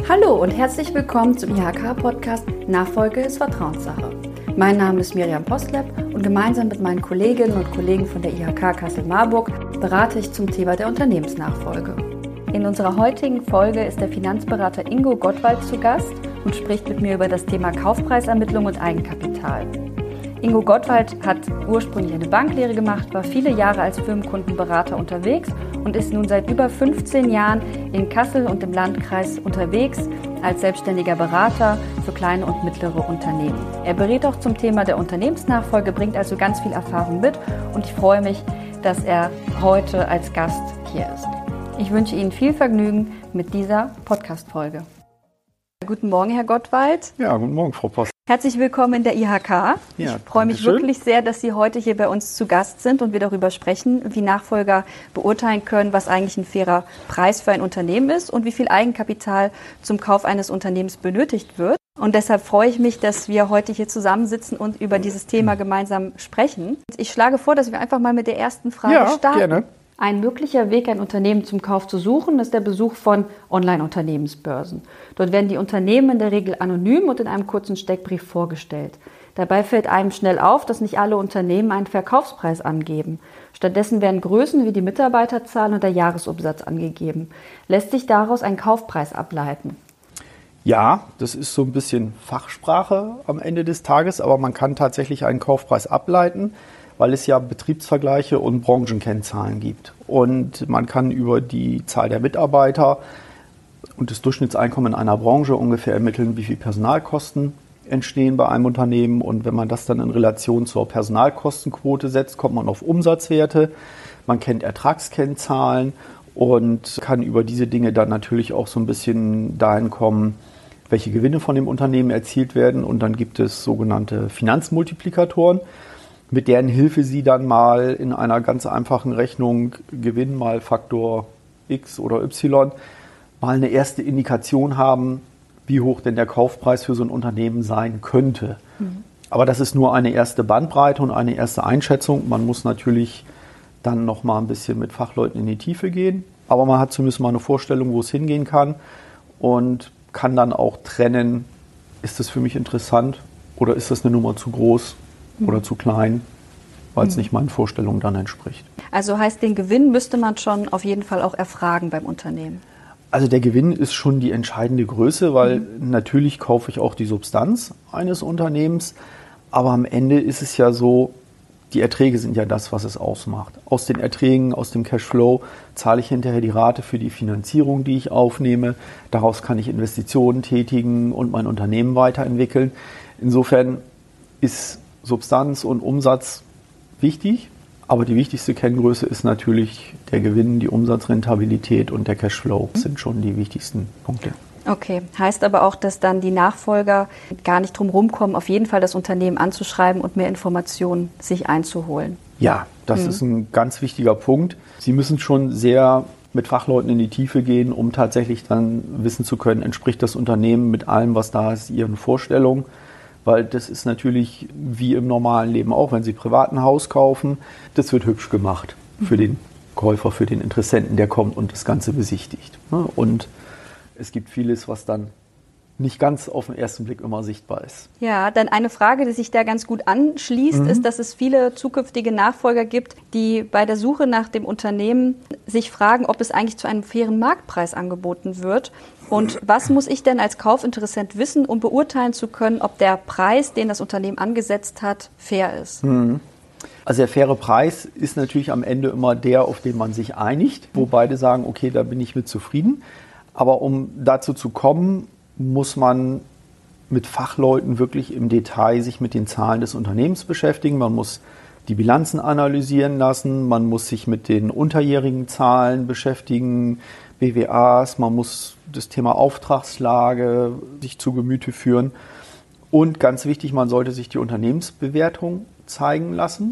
Hallo und herzlich willkommen zum IHK-Podcast Nachfolge ist Vertrauenssache. Mein Name ist Miriam Postleb und gemeinsam mit meinen Kolleginnen und Kollegen von der IHK Kassel-Marburg berate ich zum Thema der Unternehmensnachfolge. In unserer heutigen Folge ist der Finanzberater Ingo Gottwald zu Gast und spricht mit mir über das Thema Kaufpreisermittlung und Eigenkapital. Ingo Gottwald hat ursprünglich eine Banklehre gemacht, war viele Jahre als Firmenkundenberater unterwegs und ist nun seit über 15 Jahren in Kassel und im Landkreis unterwegs als selbstständiger Berater für kleine und mittlere Unternehmen. Er berät auch zum Thema der Unternehmensnachfolge, bringt also ganz viel Erfahrung mit und ich freue mich, dass er heute als Gast hier ist. Ich wünsche Ihnen viel Vergnügen mit dieser Podcast-Folge. Guten Morgen, Herr Gottwald. Ja, guten Morgen, Frau Post. Herzlich willkommen in der IHK. Ja, ich freue mich wirklich sehr, dass Sie heute hier bei uns zu Gast sind und wir darüber sprechen, wie Nachfolger beurteilen können, was eigentlich ein fairer Preis für ein Unternehmen ist und wie viel Eigenkapital zum Kauf eines Unternehmens benötigt wird. Und deshalb freue ich mich, dass wir heute hier zusammensitzen und über dieses Thema gemeinsam sprechen. Ich schlage vor, dass wir einfach mal mit der ersten Frage starten. Gerne. Ein möglicher Weg, ein Unternehmen zum Kauf zu suchen, ist der Besuch von Online-Unternehmensbörsen. Dort werden die Unternehmen in der Regel anonym und in einem kurzen Steckbrief vorgestellt. Dabei fällt einem schnell auf, dass nicht alle Unternehmen einen Verkaufspreis angeben. Stattdessen werden Größen wie die Mitarbeiterzahl und der Jahresumsatz angegeben. Lässt sich daraus ein Kaufpreis ableiten? Ja, das ist so ein bisschen Fachsprache am Ende des Tages, aber man kann tatsächlich einen Kaufpreis ableiten, weil es ja Betriebsvergleiche und Branchenkennzahlen gibt. Und man kann über die Zahl der Mitarbeiter und das Durchschnittseinkommen in einer Branche ungefähr ermitteln, wie viel Personalkosten entstehen bei einem Unternehmen. Und wenn man das dann in Relation zur Personalkostenquote setzt, kommt man auf Umsatzwerte. Man kennt Ertragskennzahlen und kann über diese Dinge dann natürlich auch so ein bisschen dahin kommen, welche Gewinne von dem Unternehmen erzielt werden. Und dann gibt es sogenannte Finanzmultiplikatoren, mit deren Hilfe Sie dann mal in einer ganz einfachen Rechnung Gewinn mal Faktor X oder Y mal eine erste Indikation haben, wie hoch denn der Kaufpreis für so ein Unternehmen sein könnte. Aber das ist nur eine erste Bandbreite und eine erste Einschätzung. Man muss natürlich dann noch mal ein bisschen mit Fachleuten in die Tiefe gehen. Aber man hat zumindest mal eine Vorstellung, wo es hingehen kann und kann dann auch trennen, ist das für mich interessant oder ist das eine Nummer zu groß oder zu klein, weil es nicht meinen Vorstellungen dann entspricht. Also heißt, den Gewinn müsste man schon auf jeden Fall auch erfragen beim Unternehmen? Also der Gewinn ist schon die entscheidende Größe, weil natürlich kaufe ich auch die Substanz eines Unternehmens, aber am Ende ist es ja so, die Erträge sind ja das, was es ausmacht. Aus den Erträgen, aus dem Cashflow zahle ich hinterher die Rate für die Finanzierung, die ich aufnehme. Daraus kann ich Investitionen tätigen und mein Unternehmen weiterentwickeln. Insofern ist Substanz und Umsatz wichtig, aber die wichtigste Kenngröße ist natürlich der Gewinn, die Umsatzrentabilität und der Cashflow. Das sind schon die wichtigsten Punkte. Okay, heißt aber auch, dass dann die Nachfolger gar nicht drum rumkommen, auf jeden Fall das Unternehmen anzuschreiben und mehr Informationen sich einzuholen. Ja, das ist ein ganz wichtiger Punkt. Sie müssen schon sehr mit Fachleuten in die Tiefe gehen, um tatsächlich dann wissen zu können, entspricht das Unternehmen mit allem, was da ist, Ihren Vorstellungen. Weil das ist natürlich wie im normalen Leben auch, wenn Sie privat ein Haus kaufen, das wird hübsch gemacht für den Käufer, für den Interessenten, der kommt und das Ganze besichtigt. Und es gibt vieles, was dann nicht ganz auf den ersten Blick immer sichtbar ist. Ja, dann eine Frage, die sich da ganz gut anschließt, ist, dass es viele zukünftige Nachfolger gibt, die bei der Suche nach dem Unternehmen sich fragen, ob es eigentlich zu einem fairen Marktpreis angeboten wird. Und was muss ich denn als Kaufinteressent wissen, um beurteilen zu können, ob der Preis, den das Unternehmen angesetzt hat, fair ist? Also der faire Preis ist natürlich am Ende immer der, auf den man sich einigt, wo beide sagen, okay, da bin ich mit zufrieden. Aber um dazu zu kommen, muss man mit Fachleuten wirklich im Detail sich mit den Zahlen des Unternehmens beschäftigen. Man muss die Bilanzen analysieren lassen, man muss sich mit den unterjährigen Zahlen beschäftigen, BWAs, man muss das Thema Auftragslage sich zu Gemüte führen. Und ganz wichtig, man sollte sich die Unternehmensbewertung zeigen lassen,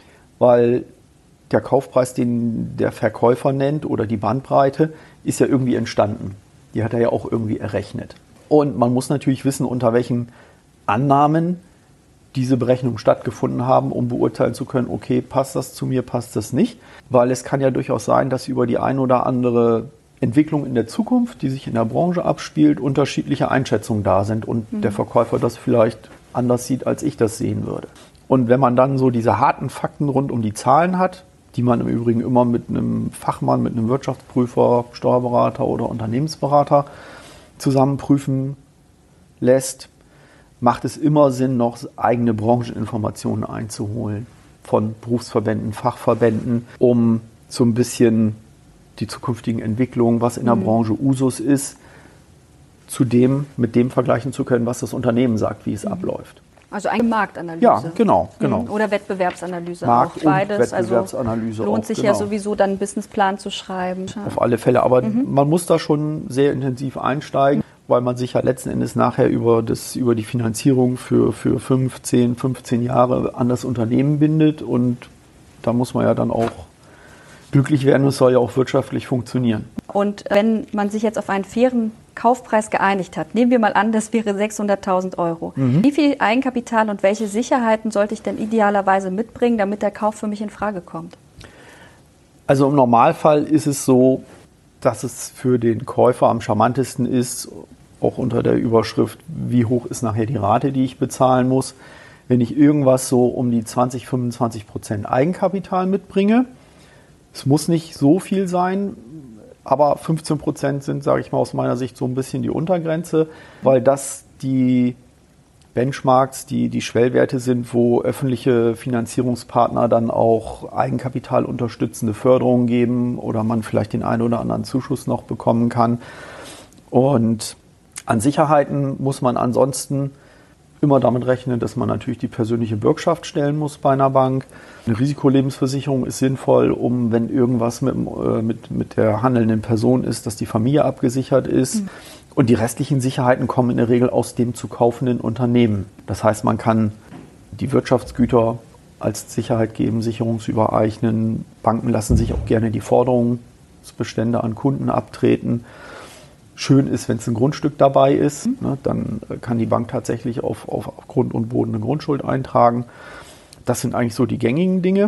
weil der Kaufpreis, den der Verkäufer nennt oder die Bandbreite, ist ja irgendwie entstanden. Die hat er ja auch irgendwie errechnet. Und man muss natürlich wissen, unter welchen Annahmen diese Berechnungen stattgefunden haben, um beurteilen zu können, okay, passt das zu mir, passt das nicht. Weil es kann ja durchaus sein, dass über die ein oder andere Entwicklung in der Zukunft, die sich in der Branche abspielt, unterschiedliche Einschätzungen da sind und der Verkäufer das vielleicht anders sieht, als ich das sehen würde. Und wenn man dann so diese harten Fakten rund um die Zahlen hat, die man im Übrigen immer mit einem Fachmann, mit einem Wirtschaftsprüfer, Steuerberater oder Unternehmensberater zusammen prüfen lässt, macht es immer Sinn, noch eigene Brancheninformationen einzuholen von Berufsverbänden, Fachverbänden, um so ein bisschen die zukünftigen Entwicklungen, was in der Branche Usus ist, mit dem vergleichen zu können, was das Unternehmen sagt, wie es abläuft. Also eine Marktanalyse. Ja, genau. Oder Wettbewerbsanalyse Markt- auch. Beides. und Wettbewerbsanalyse also lohnt auch, sich genau. ja sowieso dann einen Businessplan zu schreiben. Auf alle Fälle, aber man muss da schon sehr intensiv einsteigen, weil man sich ja letzten Endes nachher über die Finanzierung für 15 Jahre an das Unternehmen bindet und da muss man ja dann auch glücklich werden, es soll ja auch wirtschaftlich funktionieren. Und wenn man sich jetzt auf einen fairen Kaufpreis geeinigt hat, nehmen wir mal an, das wäre 600.000 Euro. Wie viel Eigenkapital und welche Sicherheiten sollte ich denn idealerweise mitbringen, damit der Kauf für mich in Frage kommt? Also im Normalfall ist es so, dass es für den Käufer am charmantesten ist, auch unter der Überschrift, wie hoch ist nachher die Rate, die ich bezahlen muss, wenn ich irgendwas so um die 20-25% Eigenkapital mitbringe. Es muss nicht so viel sein, aber 15% sind, sage ich mal aus meiner Sicht, so ein bisschen die Untergrenze, weil das die Benchmarks, die Schwellwerte sind, wo öffentliche Finanzierungspartner dann auch eigenkapitalunterstützende Förderungen geben oder man vielleicht den einen oder anderen Zuschuss noch bekommen kann. Und an Sicherheiten muss man ansonsten immer damit rechnen, dass man natürlich die persönliche Bürgschaft stellen muss bei einer Bank. Eine Risikolebensversicherung ist sinnvoll, um, wenn irgendwas mit der handelnden Person ist, dass die Familie abgesichert ist. Und die restlichen Sicherheiten kommen in der Regel aus dem zu kaufenden Unternehmen. Das heißt, man kann die Wirtschaftsgüter als Sicherheit geben, sicherungsübereignen. Banken lassen sich auch gerne die Forderungsbestände an Kunden abtreten. Schön ist, wenn es ein Grundstück dabei ist, ne, dann kann die Bank tatsächlich auf Grund und Boden eine Grundschuld eintragen. Das sind eigentlich so die gängigen Dinge.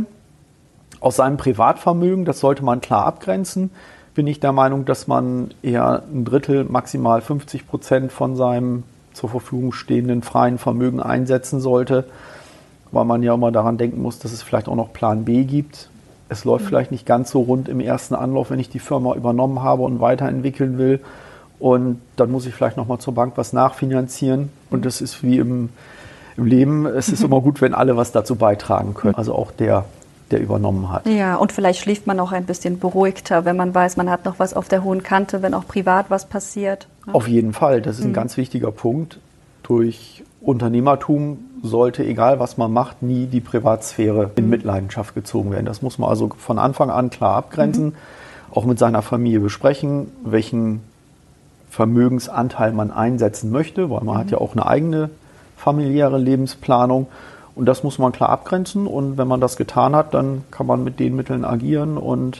Aus seinem Privatvermögen, das sollte man klar abgrenzen, bin ich der Meinung, dass man eher ein Drittel, maximal 50% von seinem zur Verfügung stehenden freien Vermögen einsetzen sollte, weil man ja immer daran denken muss, dass es vielleicht auch noch Plan B gibt. Es läuft vielleicht nicht ganz so rund im ersten Anlauf, wenn ich die Firma übernommen habe und weiterentwickeln will. Und dann muss ich vielleicht nochmal zur Bank was nachfinanzieren. Und das ist wie im Leben. Es ist immer gut, wenn alle was dazu beitragen können. Also auch der übernommen hat. Ja, und vielleicht schläft man auch ein bisschen beruhigter, wenn man weiß, man hat noch was auf der hohen Kante, wenn auch privat was passiert. Ja. Auf jeden Fall. Das ist ein ganz wichtiger Punkt. Durch Unternehmertum sollte, egal was man macht, nie die Privatsphäre in Mitleidenschaft gezogen werden. Das muss man also von Anfang an klar abgrenzen, auch mit seiner Familie besprechen, welchen Vermögensanteil man einsetzen möchte, weil man hat ja auch eine eigene familiäre Lebensplanung und das muss man klar abgrenzen und wenn man das getan hat, dann kann man mit den Mitteln agieren und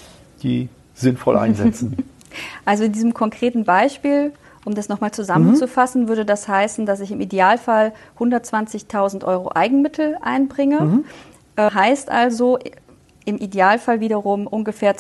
die sinnvoll einsetzen. Also in diesem konkreten Beispiel, um das nochmal zusammenzufassen, würde das heißen, dass ich im Idealfall 120.000 Euro Eigenmittel einbringe. Heißt also im Idealfall wiederum ungefähr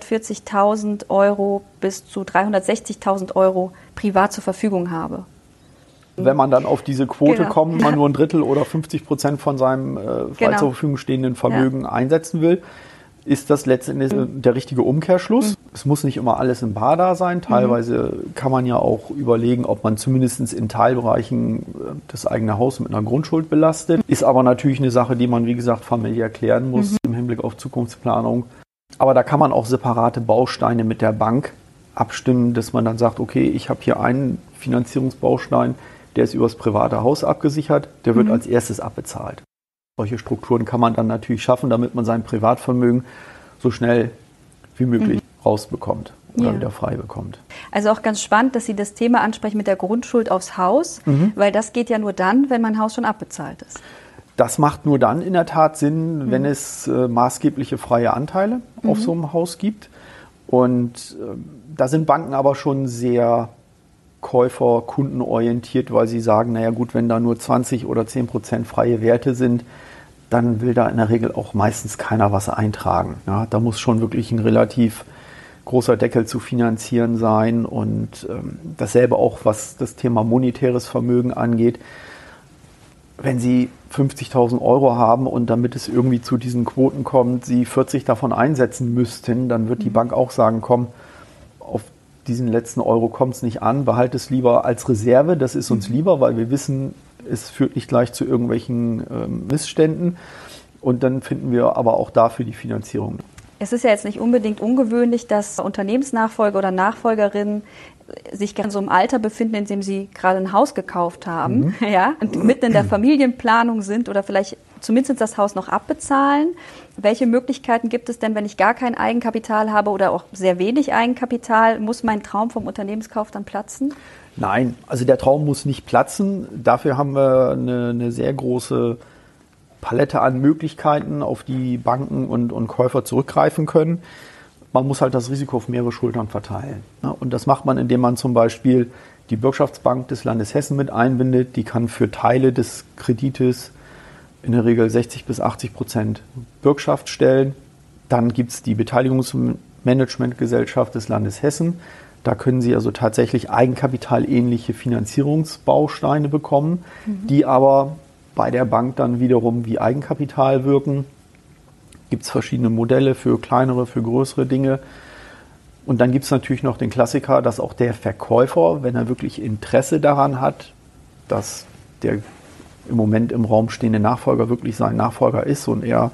240.000 Euro bis zu 360.000 Euro privat zur Verfügung habe. Wenn man dann auf diese Quote kommt, man nur ein Drittel oder 50% von seinem frei zur Verfügung stehenden Vermögen einsetzen will, ist das letztendlich der richtige Umkehrschluss. Es muss nicht immer alles im Bar da sein. Teilweise kann man ja auch überlegen, ob man zumindest in Teilbereichen das eigene Haus mit einer Grundschuld belastet. Ist aber natürlich eine Sache, die man, wie gesagt, familiär klären muss im Hinblick auf Zukunftsplanung. Aber da kann man auch separate Bausteine mit der Bank abstimmen, dass man dann sagt, okay, ich habe hier einen Finanzierungsbaustein, der ist übers private Haus abgesichert, der wird als erstes abbezahlt. Solche Strukturen kann man dann natürlich schaffen, damit man sein Privatvermögen so schnell wie möglich rausbekommt oder wieder frei bekommt. Also auch ganz spannend, dass Sie das Thema ansprechen mit der Grundschuld aufs Haus, weil das geht ja nur dann, wenn mein Haus schon abbezahlt ist. Das macht nur dann in der Tat Sinn, wenn es maßgebliche freie Anteile auf so einem Haus gibt. Und da sind Banken aber schon sehr käufer-kundenorientiert, weil sie sagen, naja gut, wenn da nur 20 oder 10% freie Werte sind, dann will da in der Regel auch meistens keiner was eintragen. Ja, da muss schon wirklich ein relativ großer Deckel zu finanzieren sein und dasselbe auch, was das Thema monetäres Vermögen angeht. Wenn Sie 50.000 Euro haben und damit es irgendwie zu diesen Quoten kommt, Sie 40 davon einsetzen müssten, dann wird die Bank auch sagen, komm, auf diesen letzten Euro kommt es nicht an, behalte es lieber als Reserve, das ist uns lieber, weil wir wissen, es führt nicht gleich zu irgendwelchen Missständen und dann finden wir aber auch dafür die Finanzierung. Es ist ja jetzt nicht unbedingt ungewöhnlich, dass Unternehmensnachfolger oder Nachfolgerinnen sich in so einem Alter befinden, in dem sie gerade ein Haus gekauft haben, ja, und mitten in der Familienplanung sind oder vielleicht zumindest das Haus noch abbezahlen. Welche Möglichkeiten gibt es denn, wenn ich gar kein Eigenkapital habe oder auch sehr wenig Eigenkapital? Muss mein Traum vom Unternehmenskauf dann platzen? Nein, also der Traum muss nicht platzen. Dafür haben wir eine sehr große Palette an Möglichkeiten, auf die Banken und Käufer zurückgreifen können. Man muss halt das Risiko auf mehrere Schultern verteilen. Und das macht man, indem man zum Beispiel die Bürgschaftsbank des Landes Hessen mit einbindet. Die kann für Teile des Kredites in der Regel 60-80% Bürgschaft stellen. Dann gibt es die Beteiligungsmanagementgesellschaft des Landes Hessen. Da können Sie also tatsächlich eigenkapitalähnliche Finanzierungsbausteine bekommen, die aber bei der Bank dann wiederum wie Eigenkapital wirken. Gibt es verschiedene Modelle für kleinere, für größere Dinge. Und dann gibt es natürlich noch den Klassiker, dass auch der Verkäufer, wenn er wirklich Interesse daran hat, dass der im Moment im Raum stehende Nachfolger wirklich sein Nachfolger ist und er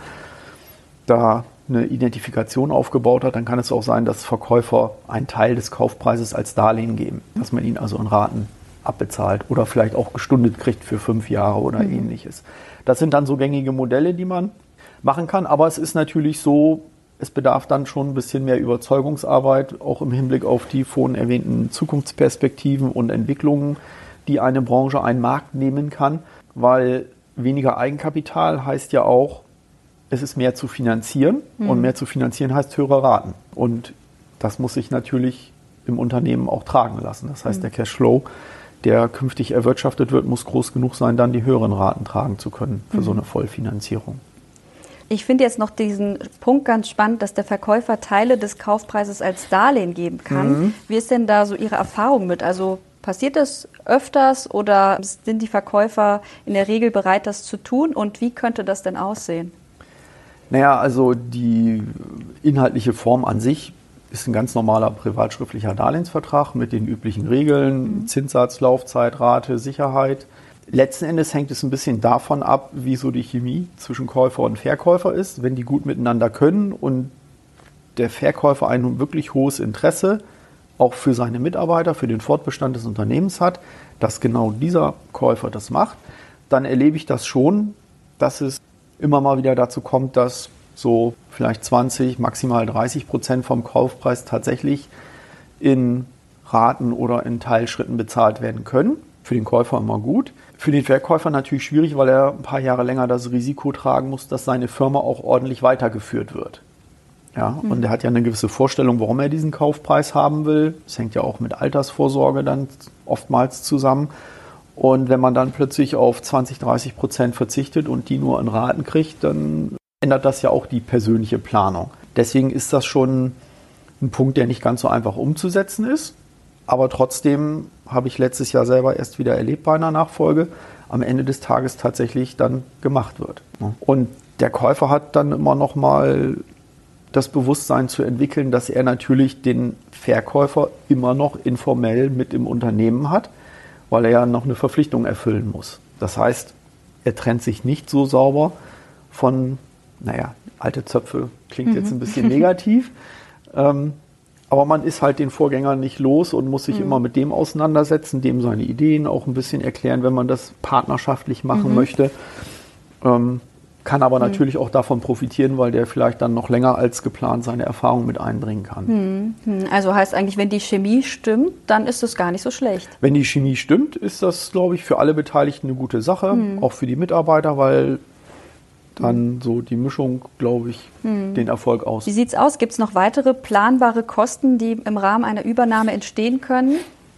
da eine Identifikation aufgebaut hat, dann kann es auch sein, dass Verkäufer einen Teil des Kaufpreises als Darlehen geben, dass man ihn also in Raten abbezahlt oder vielleicht auch gestundet kriegt für 5 Jahre oder ähnliches. Das sind dann so gängige Modelle, die man machen kann, aber es ist natürlich so, es bedarf dann schon ein bisschen mehr Überzeugungsarbeit, auch im Hinblick auf die vorhin erwähnten Zukunftsperspektiven und Entwicklungen, die eine Branche, ein Markt nehmen kann, weil weniger Eigenkapital heißt ja auch, es ist mehr zu finanzieren und mehr zu finanzieren heißt höhere Raten. Und das muss sich natürlich im Unternehmen auch tragen lassen. Das heißt, der Cashflow, der künftig erwirtschaftet wird, muss groß genug sein, dann die höheren Raten tragen zu können für so eine Vollfinanzierung. Ich finde jetzt noch diesen Punkt ganz spannend, dass der Verkäufer Teile des Kaufpreises als Darlehen geben kann. Wie ist denn da so Ihre Erfahrung mit? Also passiert das öfters oder sind die Verkäufer in der Regel bereit, das zu tun? Und wie könnte das denn aussehen? Naja, also die inhaltliche Form an sich ist ein ganz normaler privatschriftlicher Darlehensvertrag mit den üblichen Regeln, Zinssatz, Laufzeit, Rate, Sicherheit. Letzten Endes hängt es ein bisschen davon ab, wie so die Chemie zwischen Käufer und Verkäufer ist. Wenn die gut miteinander können und der Verkäufer ein wirklich hohes Interesse auch für seine Mitarbeiter, für den Fortbestand des Unternehmens hat, dass genau dieser Käufer das macht, dann erlebe ich das schon, dass es immer mal wieder dazu kommt, dass so vielleicht 20, maximal 30% vom Kaufpreis tatsächlich in Raten oder in Teilschritten bezahlt werden können. Für den Käufer immer gut. Für den Verkäufer natürlich schwierig, weil er ein paar Jahre länger das Risiko tragen muss, dass seine Firma auch ordentlich weitergeführt wird. Ja, und er hat ja eine gewisse Vorstellung, warum er diesen Kaufpreis haben will. Das hängt ja auch mit Altersvorsorge dann oftmals zusammen. Und wenn man dann plötzlich auf 20-30% verzichtet und die nur in Raten kriegt, dann ändert das ja auch die persönliche Planung. Deswegen ist das schon ein Punkt, der nicht ganz so einfach umzusetzen ist. Aber trotzdem habe ich letztes Jahr selber erst wieder erlebt bei einer Nachfolge, am Ende des Tages tatsächlich dann gemacht wird. Und der Käufer hat dann immer noch mal das Bewusstsein zu entwickeln, dass er natürlich den Verkäufer immer noch informell mit im Unternehmen hat, weil er ja noch eine Verpflichtung erfüllen muss. Das heißt, er trennt sich nicht so sauber von, alte Zöpfe klingt jetzt ein bisschen negativ, aber man ist halt den Vorgänger nicht los und muss sich immer mit dem auseinandersetzen, dem seine Ideen auch ein bisschen erklären, wenn man das partnerschaftlich machen möchte. Kann aber natürlich auch davon profitieren, weil der vielleicht dann noch länger als geplant seine Erfahrung mit einbringen kann. Also heißt eigentlich, wenn die Chemie stimmt, dann ist es gar nicht so schlecht. Wenn die Chemie stimmt, ist das, glaube ich, für alle Beteiligten eine gute Sache, auch für die Mitarbeiter, weil dann so die Mischung, glaube ich, den Erfolg aus. Wie sieht es aus? Gibt es noch weitere planbare Kosten, die im Rahmen einer Übernahme entstehen können?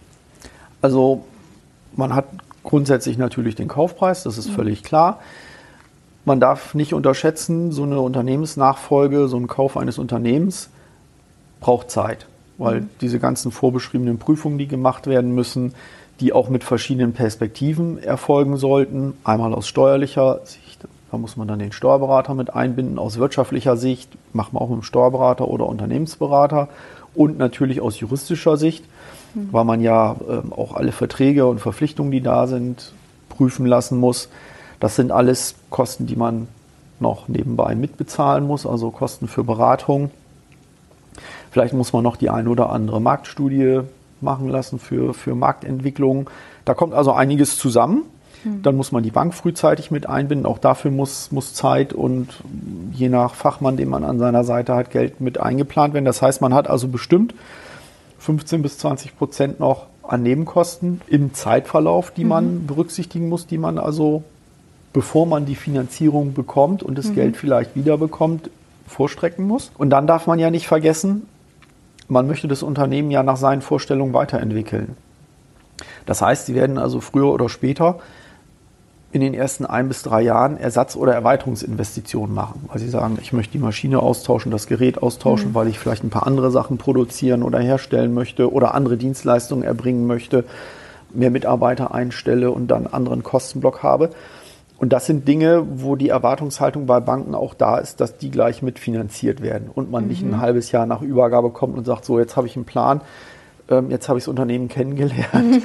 Also man hat grundsätzlich natürlich den Kaufpreis, das ist völlig klar. Man darf nicht unterschätzen, so eine Unternehmensnachfolge, so ein Kauf eines Unternehmens braucht Zeit, weil diese ganzen vorbeschriebenen Prüfungen, die gemacht werden müssen, die auch mit verschiedenen Perspektiven erfolgen sollten. Einmal aus steuerlicher Sicht, da muss man dann den Steuerberater mit einbinden, aus wirtschaftlicher Sicht, macht man auch mit dem Steuerberater oder Unternehmensberater und natürlich aus juristischer Sicht, weil man ja auch alle Verträge und Verpflichtungen, die da sind, prüfen lassen muss. Das sind alles Kosten, die man noch nebenbei mitbezahlen muss, also Kosten für Beratung. Vielleicht muss man noch die eine oder andere Marktstudie machen lassen für Marktentwicklung. Da kommt also einiges zusammen. Dann muss man die Bank frühzeitig mit einbinden. Auch dafür muss Zeit und je nach Fachmann, den man an seiner Seite hat, Geld mit eingeplant werden. Das heißt, man hat also bestimmt 15-20% noch an Nebenkosten im Zeitverlauf, die man berücksichtigen muss, die man also, bevor man die Finanzierung bekommt und das Geld vielleicht wieder bekommt, vorstrecken muss. Und dann darf man ja nicht vergessen, man möchte das Unternehmen ja nach seinen Vorstellungen weiterentwickeln. Das heißt, Sie werden also früher oder später in den ersten 1 bis 3 Jahren Ersatz- oder Erweiterungsinvestitionen machen, weil Sie sagen, ich möchte die Maschine austauschen, das Gerät austauschen, weil ich vielleicht ein paar andere Sachen produzieren oder herstellen möchte oder andere Dienstleistungen erbringen möchte, mehr Mitarbeiter einstelle und dann einen anderen Kostenblock habe. Und das sind Dinge, wo die Erwartungshaltung bei Banken auch da ist, dass die gleich mitfinanziert werden und man nicht ein halbes Jahr nach Übergabe kommt und sagt, so, jetzt habe ich einen Plan, jetzt habe ich das Unternehmen kennengelernt,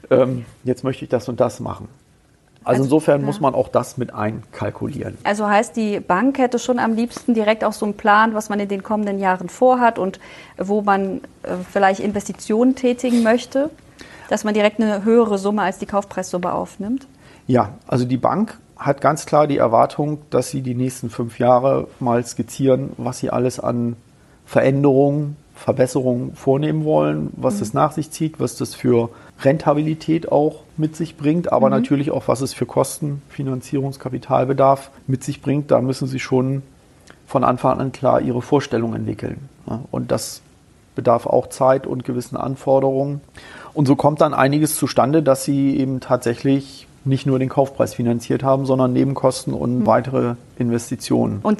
jetzt möchte ich das und das machen. Also insofern muss man auch das mit einkalkulieren. Also heißt, die Bank hätte schon am liebsten direkt auch so einen Plan, was man in den kommenden Jahren vorhat und wo man vielleicht Investitionen tätigen möchte, dass man direkt eine höhere Summe als die Kaufpreissumme aufnimmt? Ja, also die Bank hat ganz klar die Erwartung, dass sie die nächsten 5 Jahre mal skizzieren, was sie alles an Veränderungen, Verbesserungen vornehmen wollen, was das nach sich zieht, was das für Rentabilität auch mit sich bringt, aber natürlich auch, was es für Kosten, Finanzierungskapitalbedarf mit sich bringt. Da müssen sie schon von Anfang an klar ihre Vorstellungen entwickeln. Und das bedarf auch Zeit und gewissen Anforderungen. Und so kommt dann einiges zustande, dass sie eben tatsächlich nicht nur den Kaufpreis finanziert haben, sondern Nebenkosten und weitere Investitionen. Und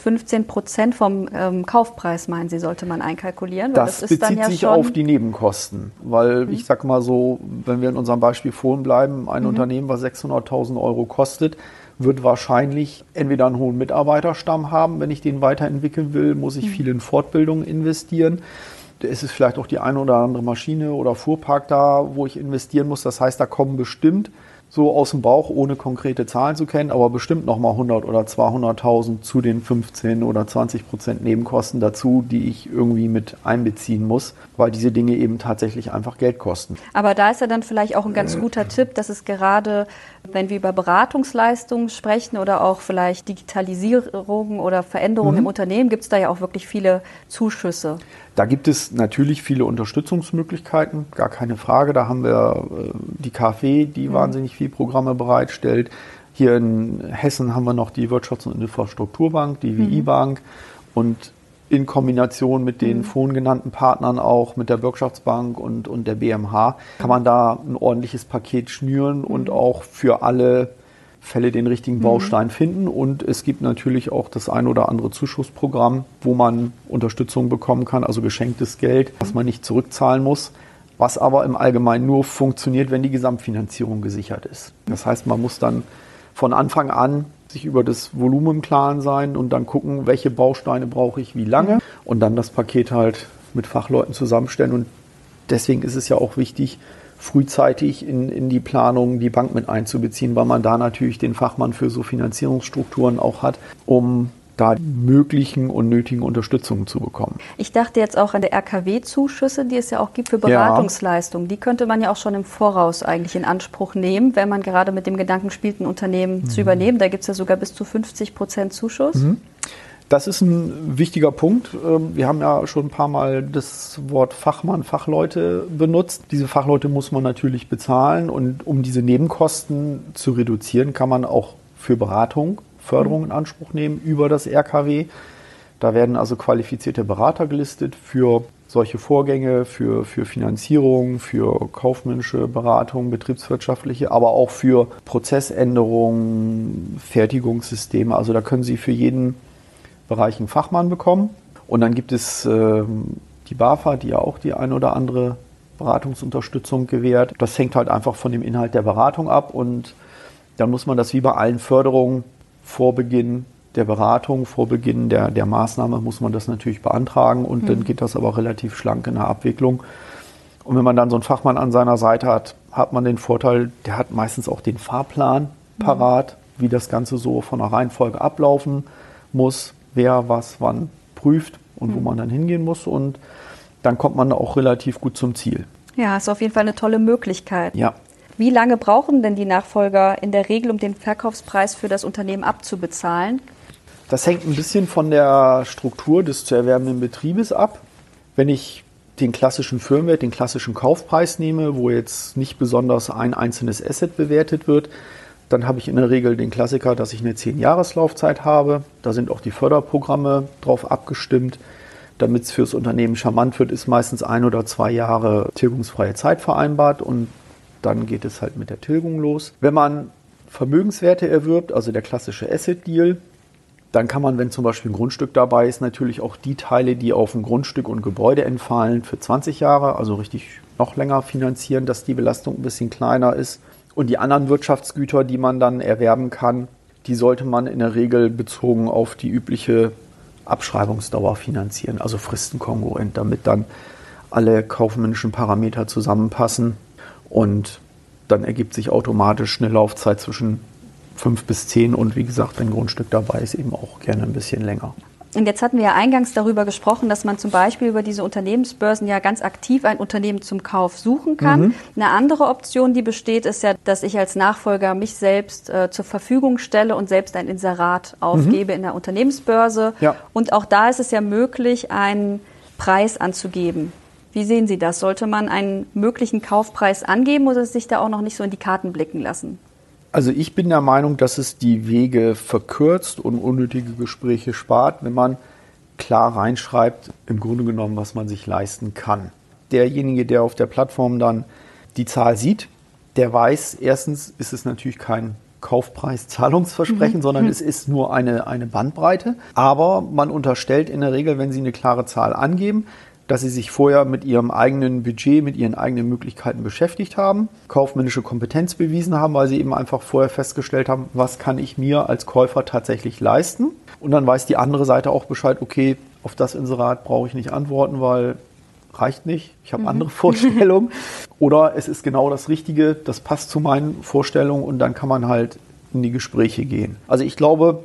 10-15% vom Kaufpreis, meinen Sie, sollte man einkalkulieren? Das ist bezieht dann ja sich schon auf die Nebenkosten, weil ich sage mal so, wenn wir in unserem Beispiel vorhin bleiben, ein Unternehmen, was 600.000 Euro kostet, wird wahrscheinlich entweder einen hohen Mitarbeiterstamm haben, wenn ich den weiterentwickeln will, muss ich viel in Fortbildung investieren. Da ist es vielleicht auch die eine oder andere Maschine oder Fuhrpark da, wo ich investieren muss. Das heißt, da kommen bestimmt so aus dem Bauch, ohne konkrete Zahlen zu kennen, aber bestimmt nochmal 100 oder 200.000 zu den 15 oder 20% Nebenkosten dazu, die ich irgendwie mit einbeziehen muss, weil diese Dinge eben tatsächlich einfach Geld kosten. Aber da ist ja dann vielleicht auch ein ganz guter Tipp, dass es gerade, wenn wir über Beratungsleistungen sprechen oder auch vielleicht Digitalisierung oder Veränderungen im Unternehmen, gibt es da ja auch wirklich viele Zuschüsse. Da gibt es natürlich viele Unterstützungsmöglichkeiten, gar keine Frage. Da haben wir die KfW, die wahnsinnig viele Programme bereitstellt. Hier in Hessen haben wir noch die Wirtschafts- und Infrastrukturbank, die WI-Bank. Und in Kombination mit den vorhin genannten Partnern auch, mit der Bürgschaftsbank und der BMH, kann man da ein ordentliches Paket schnüren und auch für alle Fälle den richtigen Baustein finden. Und es gibt natürlich auch das ein oder andere Zuschussprogramm, wo man Unterstützung bekommen kann, also geschenktes Geld, was man nicht zurückzahlen muss, was aber im Allgemeinen nur funktioniert, wenn die Gesamtfinanzierung gesichert ist. Das heißt, man muss dann von Anfang an sich über das Volumen im Klaren sein und dann gucken, welche Bausteine brauche ich wie lange und dann das Paket halt mit Fachleuten zusammenstellen. Und deswegen ist es ja auch wichtig, frühzeitig in die Planung die Bank mit einzubeziehen, weil man da natürlich den Fachmann für so Finanzierungsstrukturen auch hat, um da möglichen und nötigen Unterstützungen zu bekommen. Ich dachte jetzt auch an die RKW-Zuschüsse, die es ja auch gibt für Beratungsleistungen. Die könnte man ja auch schon im Voraus eigentlich in Anspruch nehmen, wenn man gerade mit dem Gedanken spielt, ein Unternehmen zu übernehmen. Da gibt es ja sogar bis zu 50% Zuschuss. Das ist ein wichtiger Punkt. Wir haben ja schon ein paar Mal das Wort Fachmann, Fachleute benutzt. Diese Fachleute muss man natürlich bezahlen und um diese Nebenkosten zu reduzieren, kann man auch für Beratung Förderung in Anspruch nehmen über das RKW. Da werden also qualifizierte Berater gelistet für solche Vorgänge, für Finanzierung, für kaufmännische Beratung, betriebswirtschaftliche, aber auch für Prozessänderungen, Fertigungssysteme. Also da können Sie für jeden Bereich einen Fachmann bekommen. Und dann gibt es die BAFA, die ja auch die ein oder andere Beratungsunterstützung gewährt. Das hängt halt einfach von dem Inhalt der Beratung ab und dann muss man das wie bei allen Förderungen vor Beginn der Beratung, vor Beginn der Maßnahme muss man das natürlich beantragen und dann geht das aber relativ schlank in der Abwicklung. Und wenn man dann so einen Fachmann an seiner Seite hat, hat man den Vorteil, der hat meistens auch den Fahrplan parat, wie das Ganze so von der Reihenfolge ablaufen muss, wer was wann prüft und wo man dann hingehen muss und dann kommt man auch relativ gut zum Ziel. Ja, ist auf jeden Fall eine tolle Möglichkeit. Ja. Wie lange brauchen denn die Nachfolger in der Regel, um den Verkaufspreis für das Unternehmen abzubezahlen? Das hängt ein bisschen von der Struktur des zu erwerbenden Betriebes ab. Wenn ich den klassischen Firmenwert, den klassischen Kaufpreis nehme, wo jetzt nicht besonders ein einzelnes Asset bewertet wird, dann habe ich in der Regel den Klassiker, dass ich eine 10-Jahres-Laufzeit habe. Da sind auch die Förderprogramme drauf abgestimmt. Damit es fürs Unternehmen charmant wird, ist meistens 1 oder 2 Jahre tilgungsfreie Zeit vereinbart und dann geht es halt mit der Tilgung los. Wenn man Vermögenswerte erwirbt, also der klassische Asset-Deal, dann kann man, wenn zum Beispiel ein Grundstück dabei ist, natürlich auch die Teile, die auf ein Grundstück und Gebäude entfallen, für 20 Jahre, also richtig noch länger finanzieren, dass die Belastung ein bisschen kleiner ist. Und die anderen Wirtschaftsgüter, die man dann erwerben kann, die sollte man in der Regel bezogen auf die übliche Abschreibungsdauer finanzieren, also fristenkongruent, damit dann alle kaufmännischen Parameter zusammenpassen und dann ergibt sich automatisch eine Laufzeit zwischen 5 bis 10 und wie gesagt, wenn ein Grundstück dabei ist, eben auch gerne ein bisschen länger. Und jetzt hatten wir ja eingangs darüber gesprochen, dass man zum Beispiel über diese Unternehmensbörsen ja ganz aktiv ein Unternehmen zum Kauf suchen kann. Eine andere Option, die besteht, ist ja, dass ich als Nachfolger mich selbst zur Verfügung stelle und selbst ein Inserat aufgebe in der Unternehmensbörse. Ja. Und auch da ist es ja möglich, einen Preis anzugeben. Wie sehen Sie das? Sollte man einen möglichen Kaufpreis angeben oder sich da auch noch nicht so in die Karten blicken lassen? Also ich bin der Meinung, dass es die Wege verkürzt und unnötige Gespräche spart, wenn man klar reinschreibt, im Grunde genommen, was man sich leisten kann. Derjenige, der auf der Plattform dann die Zahl sieht, der weiß, erstens ist es natürlich kein Kaufpreis-Zahlungsversprechen, sondern es ist nur eine Bandbreite. Aber man unterstellt in der Regel, wenn Sie eine klare Zahl angeben, dass Sie sich vorher mit Ihrem eigenen Budget, mit Ihren eigenen Möglichkeiten beschäftigt haben, kaufmännische Kompetenz bewiesen haben, weil Sie eben einfach vorher festgestellt haben, was kann ich mir als Käufer tatsächlich leisten. Und dann weiß die andere Seite auch Bescheid, okay, auf das Inserat brauche ich nicht antworten, weil reicht nicht, ich habe andere Vorstellungen. Oder es ist genau das Richtige, das passt zu meinen Vorstellungen und dann kann man halt in die Gespräche gehen. Also ich glaube,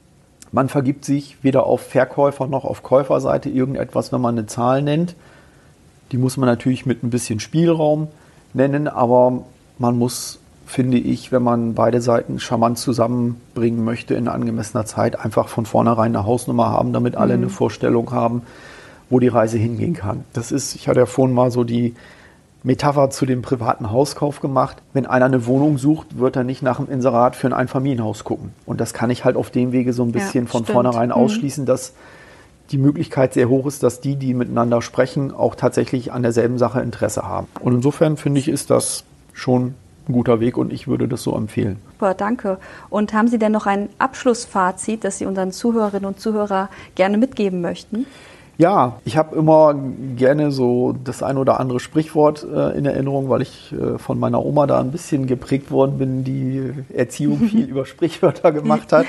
man vergibt sich weder auf Verkäufer- noch auf Käuferseite irgendetwas, wenn man eine Zahl nennt. Die muss man natürlich mit ein bisschen Spielraum nennen, aber man muss, finde ich, wenn man beide Seiten charmant zusammenbringen möchte in angemessener Zeit, einfach von vornherein eine Hausnummer haben, damit alle eine Vorstellung haben, wo die Reise hingehen kann. Das ist, ich hatte ja vorhin mal so die Metapher zu dem privaten Hauskauf gemacht. Wenn einer eine Wohnung sucht, wird er nicht nach dem Inserat für ein Einfamilienhaus gucken. Und das kann ich halt auf dem Wege so ein bisschen von vornherein ausschließen, dass die Möglichkeit sehr hoch ist, dass die miteinander sprechen, auch tatsächlich an derselben Sache Interesse haben. Und insofern finde ich, ist das schon ein guter Weg und ich würde das so empfehlen. Super, danke. Und haben Sie denn noch ein Abschlussfazit, das Sie unseren Zuhörerinnen und Zuhörern gerne mitgeben möchten? Ja, ich habe immer gerne so das ein oder andere Sprichwort in Erinnerung, weil ich von meiner Oma da ein bisschen geprägt worden bin, die Erziehung viel über Sprichwörter gemacht hat.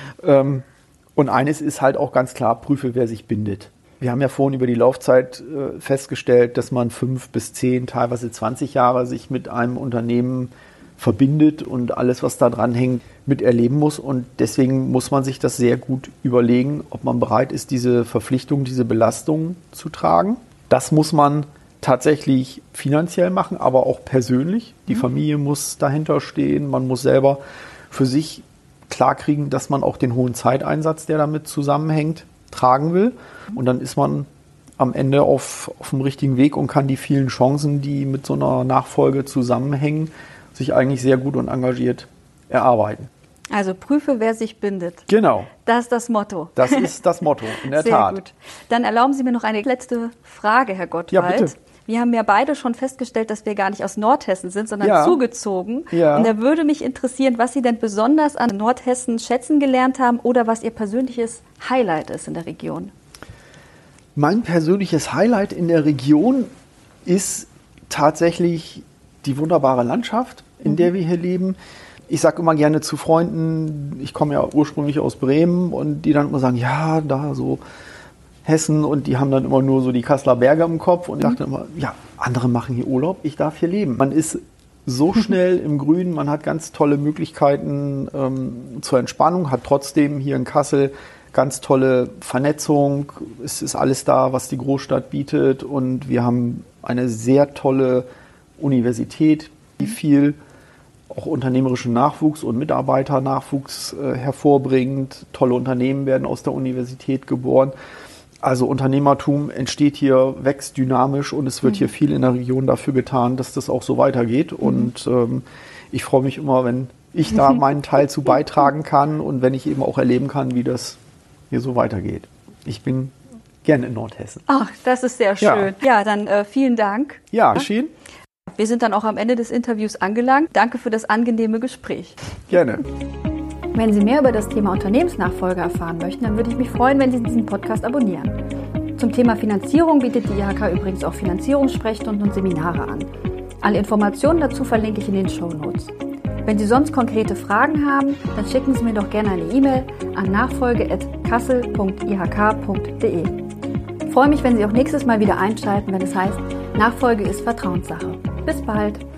Und eines ist halt auch ganz klar, prüfe, wer sich bindet. Wir haben ja vorhin über die Laufzeit festgestellt, dass man 5 bis 10, teilweise 20 Jahre sich mit einem Unternehmen verbindet und alles, was da dran hängt, miterleben muss. Und deswegen muss man sich das sehr gut überlegen, ob man bereit ist, diese Verpflichtung, diese Belastung zu tragen. Das muss man tatsächlich finanziell machen, aber auch persönlich. Die Familie muss dahinter stehen. Man muss selber für sich klarkriegen, dass man auch den hohen Zeiteinsatz, der damit zusammenhängt, tragen will. Und dann ist man am Ende auf dem richtigen Weg und kann die vielen Chancen, die mit so einer Nachfolge zusammenhängen, sich eigentlich sehr gut und engagiert erarbeiten. Also prüfe, wer sich bindet. Genau. Das ist das Motto. Das ist das Motto, in der Tat. Sehr gut. Dann erlauben Sie mir noch eine letzte Frage, Herr Gottwald. Ja, bitte. Wir haben ja beide schon festgestellt, dass wir gar nicht aus Nordhessen sind, sondern zugezogen. Ja. Und da würde mich interessieren, was Sie denn besonders an Nordhessen schätzen gelernt haben oder was Ihr persönliches Highlight ist in der Region. Mein persönliches Highlight in der Region ist tatsächlich die wunderbare Landschaft, in der wir hier leben. Ich sage immer gerne zu Freunden, ich komme ja ursprünglich aus Bremen und die dann immer sagen, ja, da so Hessen und die haben dann immer nur so die Kasseler Berge im Kopf und ich dachte immer, ja, andere machen hier Urlaub, ich darf hier leben. Man ist so schnell im Grün, man hat ganz tolle Möglichkeiten zur Entspannung, hat trotzdem hier in Kassel ganz tolle Vernetzung, es ist alles da, was die Großstadt bietet und wir haben eine sehr tolle Universität, die viel auch unternehmerischen Nachwuchs und Mitarbeiternachwuchs hervorbringt. Tolle Unternehmen werden aus der Universität geboren. Also Unternehmertum entsteht hier, wächst dynamisch und es wird hier viel in der Region dafür getan, dass das auch so weitergeht. Und ich freue mich immer, wenn ich da meinen Teil zu beitragen kann und wenn ich eben auch erleben kann, wie das hier so weitergeht. Ich bin gerne in Nordhessen. Ach, das ist sehr schön. Ja, dann vielen Dank. Ja, geschehen. Wir sind dann auch am Ende des Interviews angelangt. Danke für das angenehme Gespräch. Gerne. Wenn Sie mehr über das Thema Unternehmensnachfolge erfahren möchten, dann würde ich mich freuen, wenn Sie diesen Podcast abonnieren. Zum Thema Finanzierung bietet die IHK übrigens auch Finanzierungssprechstunden und Seminare an. Alle Informationen dazu verlinke ich in den Shownotes. Wenn Sie sonst konkrete Fragen haben, dann schicken Sie mir doch gerne eine E-Mail an nachfolge@kassel.ihk.de. Ich freue mich, wenn Sie auch nächstes Mal wieder einschalten, wenn es heißt, Nachfolge ist Vertrauenssache. Bis bald!